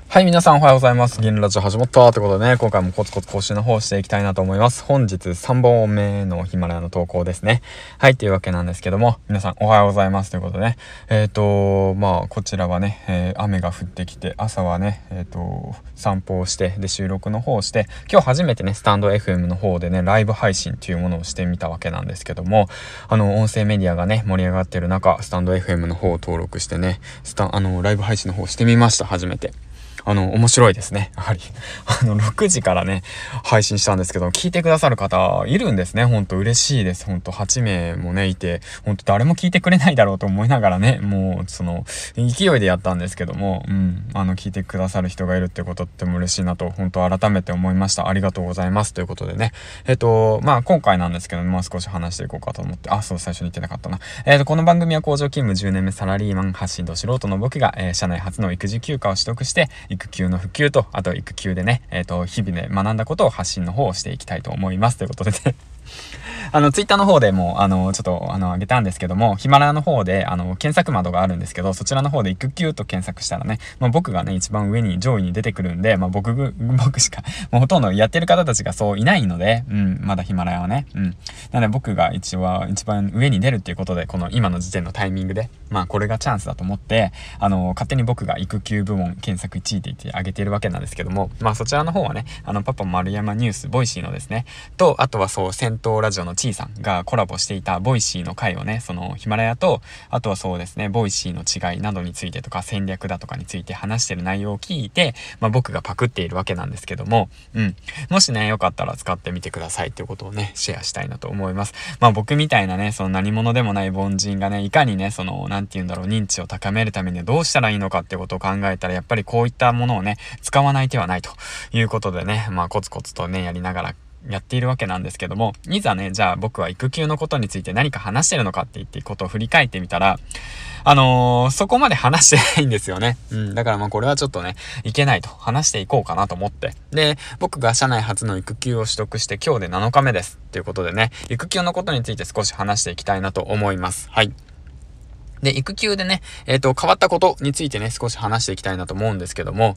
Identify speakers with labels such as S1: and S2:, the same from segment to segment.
S1: はい、皆さんおはようございます。銀ラジオ始まったということでね、今回もコツコツ更新の方していきたいなと思います。本日3本目のヒマラヤの投稿ですね。はい、というわけなんですけども、皆さんおはようございますということでね、こちらはね、雨が降ってきて、朝はね、散歩をして、で、収録の方をして、今日初めてね、スタンド FM の方でね、ライブ配信というものをしてみたわけなんですけども、音声メディアがね、盛り上がってる中、スタンド FM の方を登録してね、ライブ配信の方をしてみました、初めて。面白いですね。やはり。6時からね、配信したんですけど、聞いてくださる方いるんですね。ほんと嬉しいです。ほんと8名もね、いて、ほんと誰も聞いてくれないだろうと思いながらね、もう、勢いでやったんですけども、聞いてくださる人がいるってことっても嬉しいなと、本当改めて思いました。ありがとうございます。ということでね。今回なんですけど、少し話していこうかと思って、最初に言ってなかったな。この番組は工場勤務10年目サラリーマン発信ど素人の僕が、社内初の育児休暇を取得して、育休の普及と、あと育休でね、日々ね、学んだことを発信の方をしていきたいと思います。ということでね。ツイッターの方でも、上げたんですけども、ヒマラヤの方で、検索窓があるんですけど、そちらの方で育休と検索したらね、僕がね、一番上位に出てくるんで、僕しか、もうほとんどやってる方たちがそういないので、まだヒマラヤはね、なので僕が一番上に出るっていうことで、この今の時点のタイミングで、これがチャンスだと思って、勝手に僕が育休部門検索1位って言ってあげてるわけなんですけども、そちらの方はね、パパ丸山ニュース、ボイシーのですね、と、あとは戦闘ラジオのちーさんがコラボしていたボイシーの回をね、そのヒマラヤと、あとはそうですね、ボイシーの違いなどについてとか戦略だとかについて話してる内容を聞いて、僕がパクっているわけなんですけども、もしね、よかったら使ってみてくださいっていうことをね、シェアしたいなと思います。僕みたいなね、その何者でもない凡人がね、いかにね、認知を高めるためにはどうしたらいいのかっていうことを考えたら、やっぱりこういったものをね、使わない手はないということでね、コツコツとね、やりながらやっているわけなんですけども、いざね、じゃあ僕は育休のことについて何か話してるのかって言ってことを振り返ってみたら、そこまで話してないんですよね。だからこれはちょっとね、いけないと話していこうかなと思って。で、僕が社内初の育休を取得して今日で7日目です。ということでね、育休のことについて少し話していきたいなと思います。はい。で、育休でね、変わったことについてね、少し話していきたいなと思うんですけども、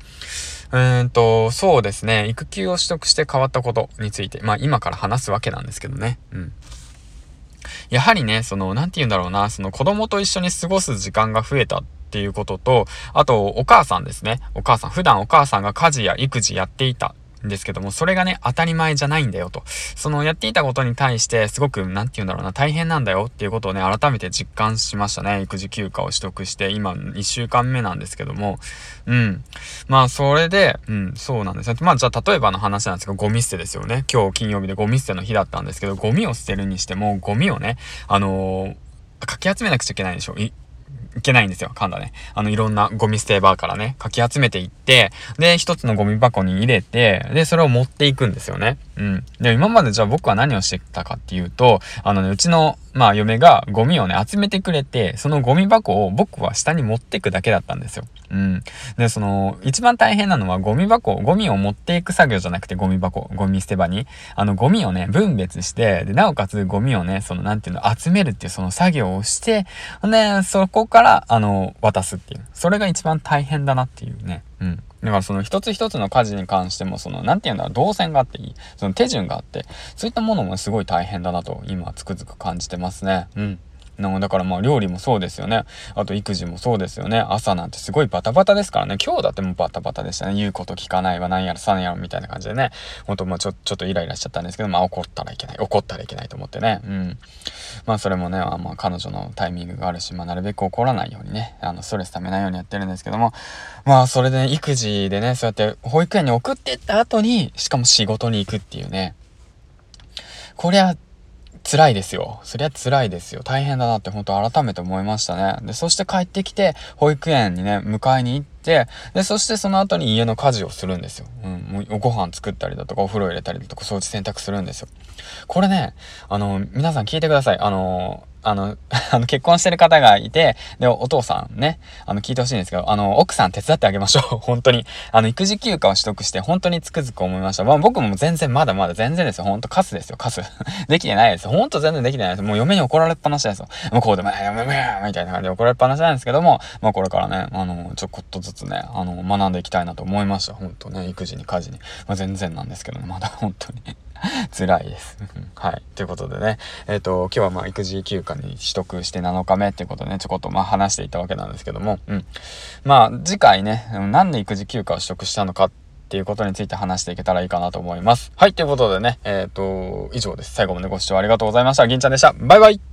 S1: そうですね、育休を取得して変わったことについて、今から話すわけなんですけどね、やはりね、子供と一緒に過ごす時間が増えたっていうことと、あと、お母さんですね。普段お母さんが家事や育児やっていた。ですけども、それがね、当たり前じゃないんだよと。やっていたことに対して、すごく、大変なんだよっていうことをね、改めて実感しましたね。育児休暇を取得して、今、1週間目なんですけども。それで、そうなんですね。じゃあ、例えばの話なんですけど、ゴミ捨てですよね。今日金曜日でゴミ捨ての日だったんですけど、ゴミを捨てるにしても、ゴミをね、かき集めなくちゃいけないでしょ。いけないんですよ、噛んだね。いろんなゴミ捨て場からね、かき集めていって、で、一つのゴミ箱に入れて、で、それを持っていくんですよね。で、今までじゃあ僕は何をしてきたかっていうと、うちの、嫁がゴミをね、集めてくれて、そのゴミ箱を僕は下に持っていくだけだったんですよ。で、一番大変なのはゴミを持っていく作業じゃなくてゴミ捨て場に、ゴミをね、分別して、で、なおかつゴミをね、集めるっていうその作業をして、で、そこから、渡すっていう。それが一番大変だなっていうね。だから一つ一つの家事に関しても、動線があっていい。手順があって、そういったものもすごい大変だなと、今、つくづく感じてますね。だから料理もそうですよね。あと育児もそうですよね。朝なんてすごいバタバタですからね。今日だってもうバタバタでしたね。言うこと聞かないわ、なんやらさんやらみたいな感じでね。ほんとちょっとイライラしちゃったんですけど、怒ったらいけないと思ってね。それもね、彼女のタイミングがあるし、なるべく怒らないようにね、ストレス溜めないようにやってるんですけども、それでね、育児でね、そうやって保育園に送ってった後に、しかも仕事に行くっていうね。こりゃ、辛いですよ。そりゃ辛いですよ。大変だなって本当改めて思いましたね。で、そして帰ってきて、保育園にね、迎えに行って、で、そしてその後に家の家事をするんですよ。もうご飯作ったりだとか、お風呂入れたりだとか、掃除洗濯するんですよ。これね、皆さん聞いてください。 結婚してる方がいて、で、お父さんね、聞いてほしいんですけど、奥さん手伝ってあげましょう。本当に。育児休暇を取得して、本当につくづく思いました。まあ、僕も全然まだまだ全然ですよ。本当カスですよ、カス。できてないです。本当全然できてないです。もう嫁に怒られっぱなしですよ。もうこうでもない、みたいな感じで怒られっぱなしなんですけども、まあこれからね、ちょこっとずつね、学んでいきたいなと思いました。本当ね、育児に家事に。まあ全然なんですけどね、まだ本当に。辛いです。はい。ということでね、今日はまあ育児休暇に取得して7日目っていうことでね、ちょこっとまあ話していたわけなんですけども、まあ次回ね、なんで育児休暇を取得したのかっていうことについて話していけたらいいかなと思います。はい。ということでね、以上です。最後までご視聴ありがとうございました。銀ちゃんでした。バイバイ。